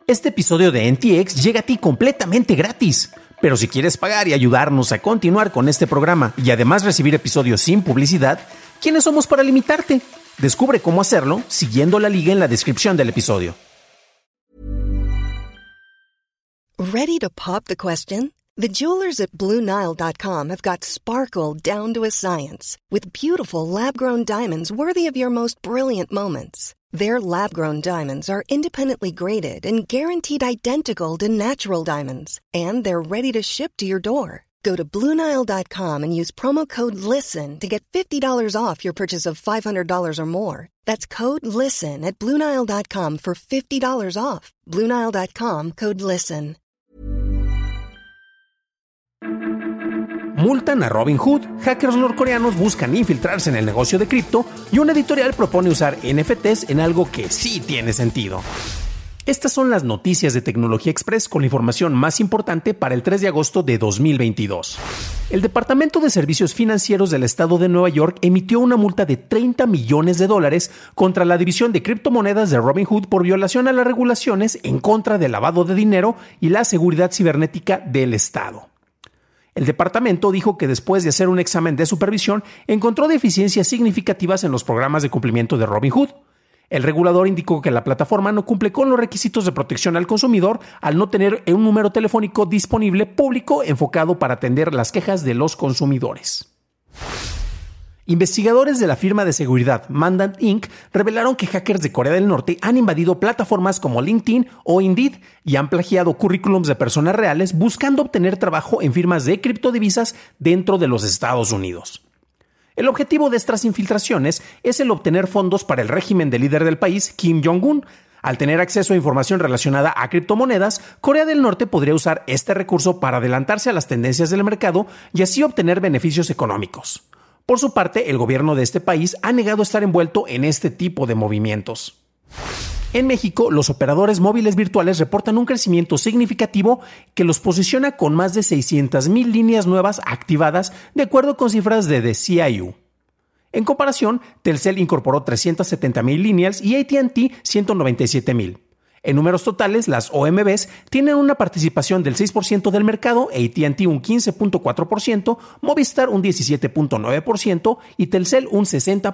Este episodio de NTX llega a ti completamente gratis. Pero si quieres pagar y ayudarnos a continuar con este programa y además recibir episodios sin publicidad, ¿quiénes somos para limitarte? Descubre cómo hacerlo siguiendo la liga en la descripción del episodio. Ready to pop the question? The jewelers at BlueNile.com have got sparkle down to a science with beautiful lab-grown diamonds worthy of your most brilliant moments. Their lab-grown diamonds are independently graded and guaranteed identical to natural diamonds, and they're ready to ship to your door. Go to BlueNile.com and use promo code LISTEN to get $50 off your purchase of $500 or more. That's code LISTEN at BlueNile.com for $50 off. BlueNile.com, code LISTEN. Multan a Robinhood, hackers norcoreanos buscan infiltrarse en el negocio de cripto y una editorial propone usar NFTs en algo que sí tiene sentido. Estas son las noticias de Tecnología Express con la información más importante para el 3 de agosto de 2022. El Departamento de Servicios Financieros del Estado de Nueva York emitió una multa de $30 millones contra la división de criptomonedas de Robinhood por violación a las regulaciones en contra del lavado de dinero y la seguridad cibernética del Estado. El departamento dijo que después de hacer un examen de supervisión, encontró deficiencias significativas en los programas de cumplimiento de Robinhood. El regulador indicó que la plataforma no cumple con los requisitos de protección al consumidor al no tener un número telefónico disponible público enfocado para atender las quejas de los consumidores. Investigadores de la firma de seguridad Mandiant Inc. revelaron que hackers de Corea del Norte han invadido plataformas como LinkedIn o Indeed y han plagiado currículums de personas reales buscando obtener trabajo en firmas de criptodivisas dentro de los Estados Unidos. El objetivo de estas infiltraciones es el obtener fondos para el régimen del líder del país, Kim Jong-un. Al tener acceso a información relacionada a criptomonedas, Corea del Norte podría usar este recurso para adelantarse a las tendencias del mercado y así obtener beneficios económicos. Por su parte, el gobierno de este país ha negado estar envuelto en este tipo de movimientos. En México, los operadores móviles virtuales reportan un crecimiento significativo que los posiciona con más de 600,000 líneas nuevas activadas, de acuerdo con cifras de The CIU. En comparación, Telcel incorporó 370,000 líneas y AT&T 197,000. En números totales, las OMBs tienen una participación del 6% del mercado, AT&T un 15.4%, Movistar un 17.9% y Telcel un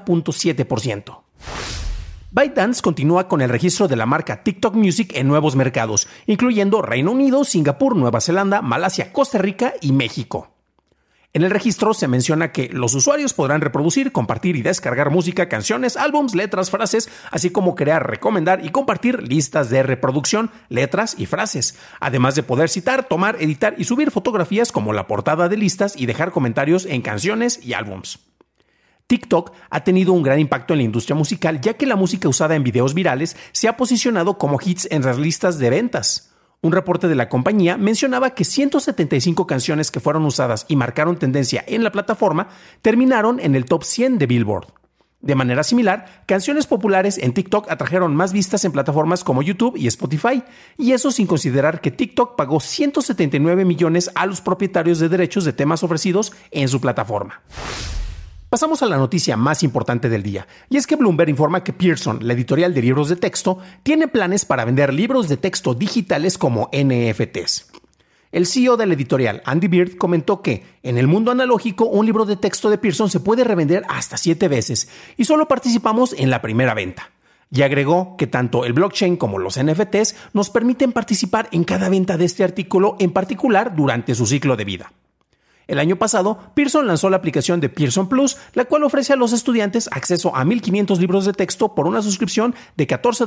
60.7%. ByteDance continúa con el registro de la marca TikTok Music en nuevos mercados, incluyendo Reino Unido, Singapur, Nueva Zelanda, Malasia, Costa Rica y México. En el registro se menciona que los usuarios podrán reproducir, compartir y descargar música, canciones, álbums, letras, frases, así como crear, recomendar y compartir listas de reproducción, letras y frases, además de poder citar, tomar, editar y subir fotografías como la portada de listas y dejar comentarios en canciones y álbums. TikTok ha tenido un gran impacto en la industria musical, ya que la música usada en videos virales se ha posicionado como hits en las listas de ventas. Un reporte de la compañía mencionaba que 175 canciones que fueron usadas y marcaron tendencia en la plataforma terminaron en el top 100 de Billboard. De manera similar, canciones populares en TikTok atrajeron más vistas en plataformas como YouTube y Spotify, y eso sin considerar que TikTok pagó 179 millones a los propietarios de derechos de temas ofrecidos en su plataforma. Pasamos a la noticia más importante del día, y es que Bloomberg informa que Pearson, la editorial de libros de texto, tiene planes para vender libros de texto digitales como NFTs. El CEO de la editorial, Andy Beard, comentó que en el mundo analógico un libro de texto de Pearson se puede revender hasta 7 veces y solo participamos en la primera venta. Y agregó que tanto el blockchain como los NFTs nos permiten participar en cada venta de este artículo, en particular durante su ciclo de vida. El año pasado, Pearson lanzó la aplicación de Pearson Plus, la cual ofrece a los estudiantes acceso a 1,500 libros de texto por una suscripción de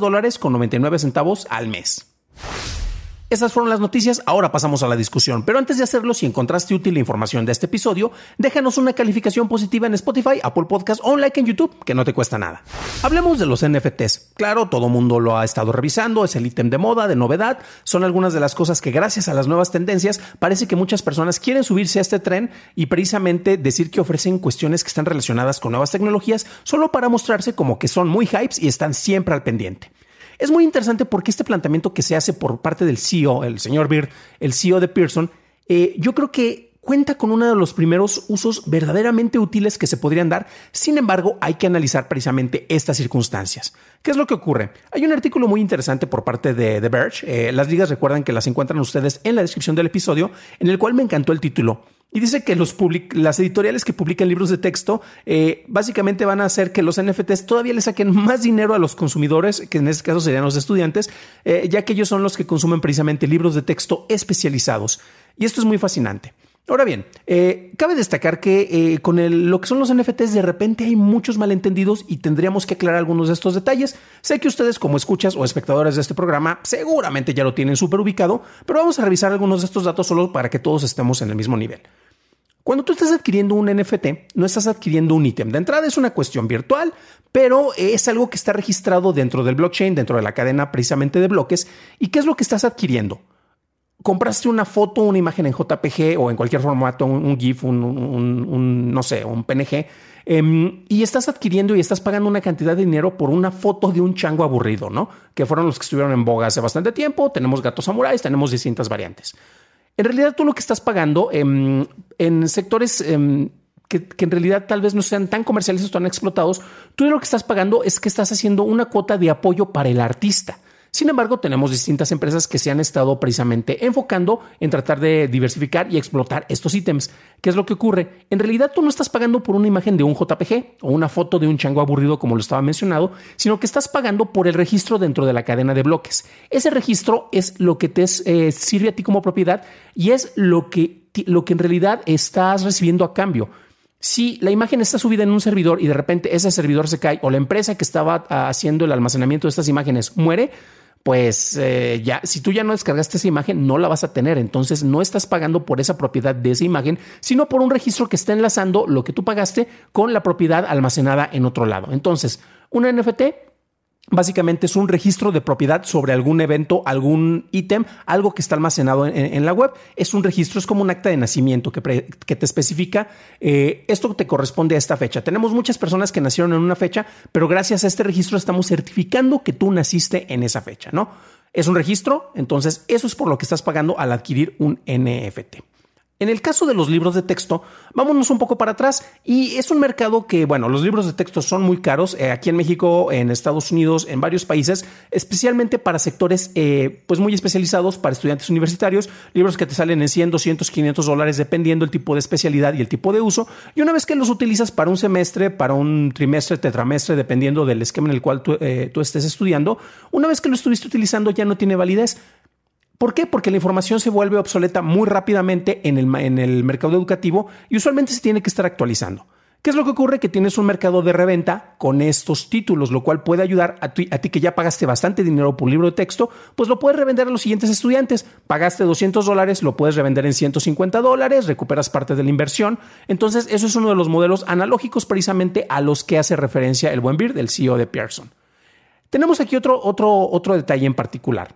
$14.99 al mes. Esas fueron las noticias, ahora pasamos a la discusión. Pero antes de hacerlo, si encontraste útil la información de este episodio, déjanos una calificación positiva en Spotify, Apple Podcasts o un like en YouTube, que no te cuesta nada. Hablemos de los NFTs. Claro, todo mundo lo ha estado revisando, es el ítem de moda, de novedad. Son algunas de las cosas que gracias a las nuevas tendencias parece que muchas personas quieren subirse a este tren y precisamente decir que ofrecen cuestiones que están relacionadas con nuevas tecnologías solo para mostrarse como que son muy hypes y están siempre al pendiente. Es muy interesante porque este planteamiento que se hace por parte del CEO, el señor Beard, el CEO de Pearson, yo creo que cuenta con uno de los primeros usos verdaderamente útiles que se podrían dar. Sin embargo, hay que analizar precisamente estas circunstancias. ¿Qué es lo que ocurre? Hay un artículo muy interesante por parte de The Verge. Las ligas recuerdan que las encuentran ustedes en la descripción del episodio, en el cual me encantó el título. Y dice que las editoriales que publican libros de texto básicamente van a hacer que los NFTs todavía le saquen más dinero a los consumidores, que en este caso serían los estudiantes, ya que ellos son los que consumen precisamente libros de texto especializados. Y esto es muy fascinante. Ahora bien, cabe destacar que con lo que son los NFTs de repente hay muchos malentendidos y tendríamos que aclarar algunos de estos detalles. Sé que ustedes como escuchas o espectadores de este programa seguramente ya lo tienen súper ubicado, pero vamos a revisar algunos de estos datos solo para que todos estemos en el mismo nivel. Cuando tú estás adquiriendo un NFT, no estás adquiriendo un ítem. De entrada es una cuestión virtual, pero es algo que está registrado dentro del blockchain, dentro de la cadena precisamente de bloques. ¿Y qué es lo que estás adquiriendo? Compraste una foto, una imagen en JPG o en cualquier formato, un GIF, no sé, un PNG, y estás adquiriendo y estás pagando una cantidad de dinero por una foto de un chango aburrido, ¿no? Que fueron los que estuvieron en boga hace bastante tiempo. Tenemos gatos samuráis, tenemos distintas variantes. En realidad, tú lo que estás pagando en sectores que en realidad tal vez no sean tan comerciales o tan explotados, tú lo que estás pagando es que estás haciendo una cuota de apoyo para el artista. Sin embargo, tenemos distintas empresas que se han estado precisamente enfocando en tratar de diversificar y explotar estos ítems. ¿Qué es lo que ocurre? En realidad, tú no estás pagando por una imagen de un JPG o una foto de un chango aburrido, como lo estaba mencionado, sino que estás pagando por el registro dentro de la cadena de bloques. Ese registro es lo que te sirve a ti como propiedad y es lo que en realidad estás recibiendo a cambio. Si la imagen está subida en un servidor y de repente ese servidor se cae o la empresa que estaba haciendo el almacenamiento de estas imágenes muere, pues ya, si tú ya no descargaste esa imagen, no la vas a tener. Entonces no estás pagando por esa propiedad de esa imagen, sino por un registro que está enlazando lo que tú pagaste con la propiedad almacenada en otro lado. Entonces, un NFT básicamente es un registro de propiedad sobre algún evento, algún ítem, algo que está almacenado en la web. Es un registro, es como un acta de nacimiento que te especifica esto te corresponde a esta fecha. Tenemos muchas personas que nacieron en una fecha, pero gracias a este registro estamos certificando que tú naciste en esa fecha, ¿no? Es un registro, entonces eso es por lo que estás pagando al adquirir un NFT. En el caso de los libros de texto, vámonos un poco para atrás y es un mercado que, bueno, los libros de texto son muy caros aquí en México, en Estados Unidos, en varios países, especialmente para sectores pues muy especializados, para estudiantes universitarios, libros que te salen en $100, $200, $500 dependiendo el tipo de especialidad y el tipo de uso. Y una vez que los utilizas para un semestre, para un trimestre, tetramestre, dependiendo del esquema en el cual tú estés estudiando, una vez que lo estuviste utilizando ya no tiene validez. ¿Por qué? Porque la información se vuelve obsoleta muy rápidamente en el mercado educativo y usualmente se tiene que estar actualizando. ¿Qué es lo que ocurre? Que tienes un mercado de reventa con estos títulos, lo cual puede ayudar a ti que ya pagaste bastante dinero por un libro de texto, pues lo puedes revender a los siguientes estudiantes. Pagaste $200, lo puedes revender en $150, recuperas parte de la inversión. Entonces, eso es uno de los modelos analógicos precisamente a los que hace referencia el buen Beard, el CEO de Pearson. Tenemos aquí otro detalle en particular.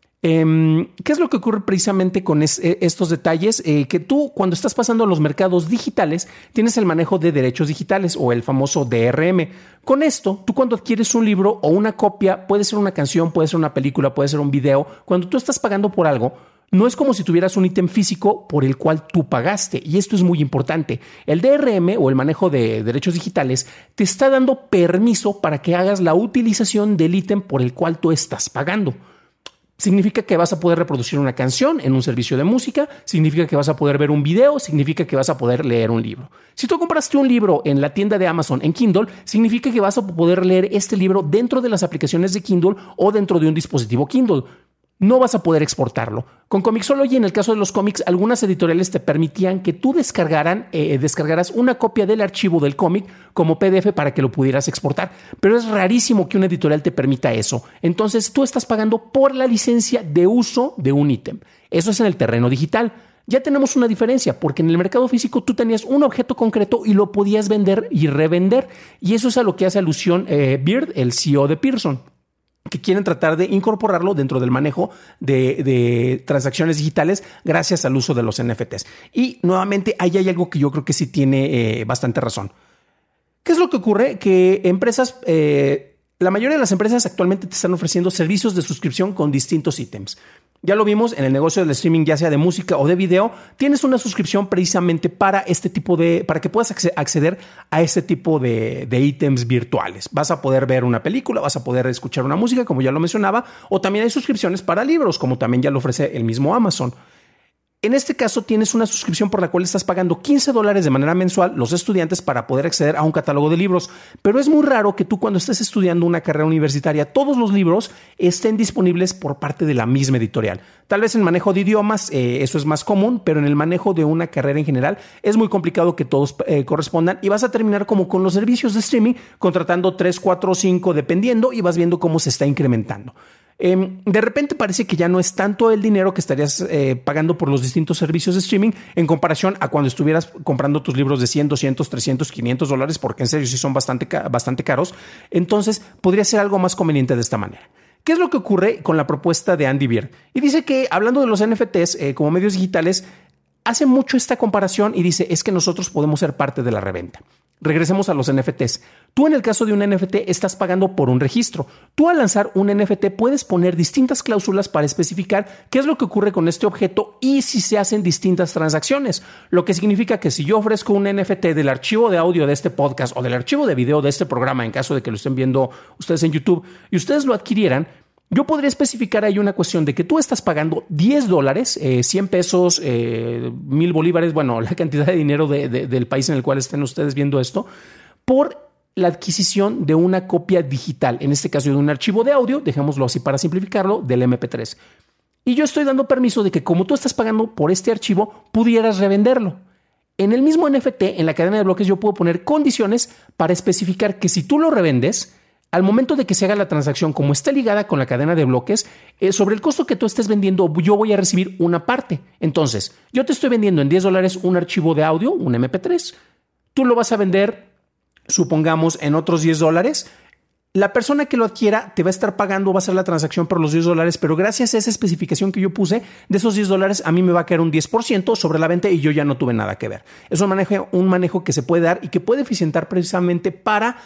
¿Qué es lo que ocurre precisamente con estos detalles? Que tú, cuando estás pasando a los mercados digitales, tienes el manejo de derechos digitales o el famoso DRM. Con esto, tú cuando adquieres un libro o una copia, puede ser una canción, puede ser una película, puede ser un video, cuando tú estás pagando por algo, no es como si tuvieras un ítem físico por el cual tú pagaste. Y esto es muy importante. El DRM o el manejo de derechos digitales te está dando permiso para que hagas la utilización del ítem por el cual tú estás pagando. Significa que vas a poder reproducir una canción en un servicio de música, significa que vas a poder ver un video, significa que vas a poder leer un libro. Si tú compraste un libro en la tienda de Amazon en Kindle, significa que vas a poder leer este libro dentro de las aplicaciones de Kindle o dentro de un dispositivo Kindle. No vas a poder exportarlo. Con Comixology, en el caso de los cómics, algunas editoriales te permitían que tú descargaras una copia del archivo del cómic como PDF para que lo pudieras exportar. Pero es rarísimo que una editorial te permita eso. Entonces, tú estás pagando por la licencia de uso de un ítem. Eso es en el terreno digital. Ya tenemos una diferencia, porque en el mercado físico tú tenías un objeto concreto y lo podías vender y revender. Y eso es a lo que hace alusión Beard, el CEO de Pearson, que quieren tratar de incorporarlo dentro del manejo de transacciones digitales gracias al uso de los NFTs. Y nuevamente, ahí hay algo que yo creo que sí tiene bastante razón. ¿Qué es lo que ocurre? Que empresas, la mayoría de las empresas actualmente te están ofreciendo servicios de suscripción con distintos ítems. Ya lo vimos en el negocio del streaming, ya sea de música o de video, tienes una suscripción precisamente para para que puedas acceder a este tipo de ítems virtuales. Vas a poder ver una película, vas a poder escuchar una música, como ya lo mencionaba, o también hay suscripciones para libros, como también ya lo ofrece el mismo Amazon. En este caso tienes una suscripción por la cual estás pagando $15 de manera mensual los estudiantes para poder acceder a un catálogo de libros, pero es muy raro que tú cuando estés estudiando una carrera universitaria todos los libros estén disponibles por parte de la misma editorial. Tal vez en manejo de idiomas eso es más común, pero en el manejo de una carrera en general es muy complicado que todos correspondan y vas a terminar como con los servicios de streaming contratando 3, 4 o 5 dependiendo y vas viendo cómo se está incrementando. De repente parece que ya no es tanto el dinero que estarías pagando por los distintos servicios de streaming en comparación a cuando estuvieras comprando tus libros de $100, $200, $300, $500, porque en serio sí son bastante caros. Entonces podría ser algo más conveniente de esta manera. ¿Qué es lo que ocurre con la propuesta de Andy Beard? Y dice que hablando de los NFTs como medios digitales, hace mucho esta comparación y dice es que nosotros podemos ser parte de la reventa. Regresemos a los NFTs. Tú en el caso de un NFT estás pagando por un registro. Tú al lanzar un NFT puedes poner distintas cláusulas para especificar qué es lo que ocurre con este objeto y si se hacen distintas transacciones. Lo que significa que si yo ofrezco un NFT del archivo de audio de este podcast o del archivo de video de este programa, en caso de que lo estén viendo ustedes en YouTube y ustedes lo adquirieran, yo podría especificar ahí una cuestión de que tú estás pagando $10, 100 pesos, 1,000 bolívares, bueno, la cantidad de dinero del país en el cual estén ustedes viendo esto, por la adquisición de una copia digital, en este caso de un archivo de audio, dejémoslo así para simplificarlo, del MP3. Y yo estoy dando permiso de que como tú estás pagando por este archivo, pudieras revenderlo. En el mismo NFT, en la cadena de bloques, yo puedo poner condiciones para especificar que si tú lo revendes, al momento de que se haga la transacción, como está ligada con la cadena de bloques, sobre el costo que tú estés vendiendo, yo voy a recibir una parte. Entonces, yo te estoy vendiendo en $10 un archivo de audio, un MP3. Tú lo vas a vender, supongamos, en otros $10. La persona que lo adquiera te va a estar pagando, va a hacer la transacción por los $10, pero gracias a esa especificación que yo puse, de esos $10 a mí me va a caer un 10% sobre la venta y yo ya no tuve nada que ver. Es un manejo que se puede dar y que puede eficientar precisamente para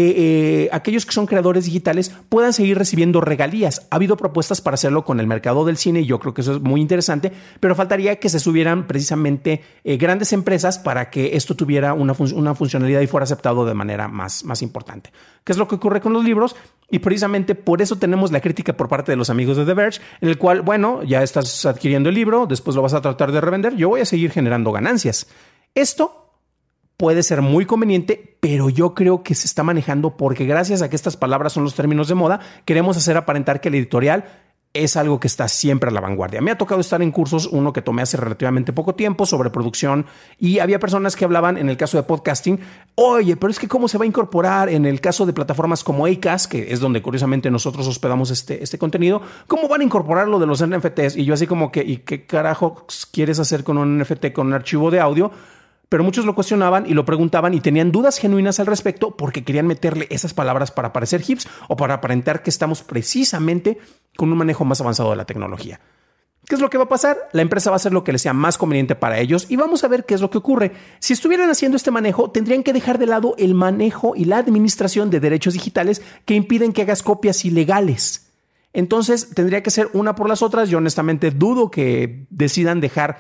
que aquellos que son creadores digitales puedan seguir recibiendo regalías. Ha habido propuestas para hacerlo con el mercado del cine y yo creo que eso es muy interesante, pero faltaría que se subieran precisamente grandes empresas para que esto tuviera una funcionalidad y fuera aceptado de manera más importante. ¿Qué es lo que ocurre con los libros? Y precisamente por eso tenemos la crítica por parte de los amigos de The Verge, en el cual, bueno, ya estás adquiriendo el libro, después lo vas a tratar de revender, yo voy a seguir generando ganancias. Esto puede ser muy conveniente, pero yo creo que se está manejando porque gracias a que estas palabras son los términos de moda, queremos hacer aparentar que la editorial es algo que está siempre a la vanguardia. Me ha tocado estar en cursos, uno que tomé hace relativamente poco tiempo sobre producción y había personas que hablaban en el caso de podcasting, oye, pero es que cómo se va a incorporar en el caso de plataformas como Acast, que es donde curiosamente nosotros hospedamos este contenido, ¿cómo van a incorporar lo de los NFTs? Y yo así como que, ¿y qué carajo quieres hacer con un NFT, con un archivo de audio? Pero muchos lo cuestionaban y lo preguntaban y tenían dudas genuinas al respecto porque querían meterle esas palabras para parecer hips o para aparentar que estamos precisamente con un manejo más avanzado de la tecnología. ¿Qué es lo que va a pasar? La empresa va a hacer lo que les sea más conveniente para ellos y vamos a ver qué es lo que ocurre. Si estuvieran haciendo este manejo, tendrían que dejar de lado el manejo y la administración de derechos digitales que impiden que hagas copias ilegales. Entonces tendría que ser una por las otras. Yo honestamente dudo que decidan dejar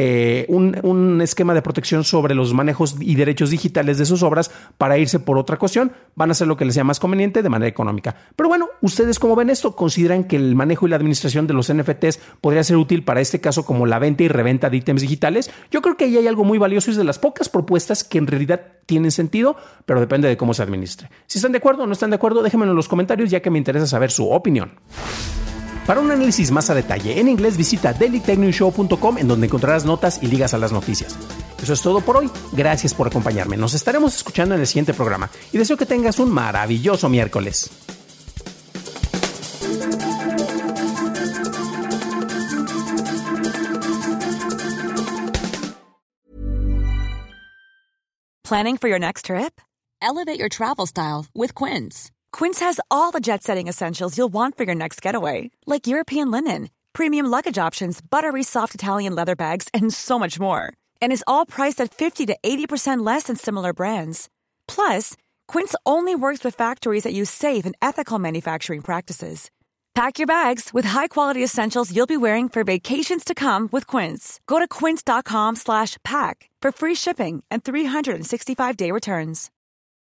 un esquema de protección sobre los manejos y derechos digitales de sus obras para irse por otra cuestión. Van a hacer lo que les sea más conveniente de manera económica. Pero bueno, ¿ustedes cómo ven esto? ¿Consideran que el manejo y la administración de los NFTs podría ser útil para este caso como la venta y reventa de ítems digitales? Yo creo que ahí hay algo muy valioso y es de las pocas propuestas que en realidad tienen sentido, pero depende de cómo se administre. Si están de acuerdo o no están de acuerdo, déjenmelo en los comentarios ya que me interesa saber su opinión. Para un análisis más a detalle en inglés, visita dailytechnewshow.com en donde encontrarás notas y ligas a las noticias. Eso es todo por hoy. Gracias por acompañarme. Nos estaremos escuchando en el siguiente programa y deseo que tengas un maravilloso miércoles. Planning for your next trip? Elevate your travel style with Quince. Quince has all the jet-setting essentials you'll want for your next getaway, like European linen, premium luggage options, buttery soft Italian leather bags, and so much more. And is all priced at 50 to 80% less than similar brands. Plus, Quince only works with factories that use safe and ethical manufacturing practices. Pack your bags with high-quality essentials you'll be wearing for vacations to come with Quince. Go to quince.com/pack for free shipping and 365-day returns.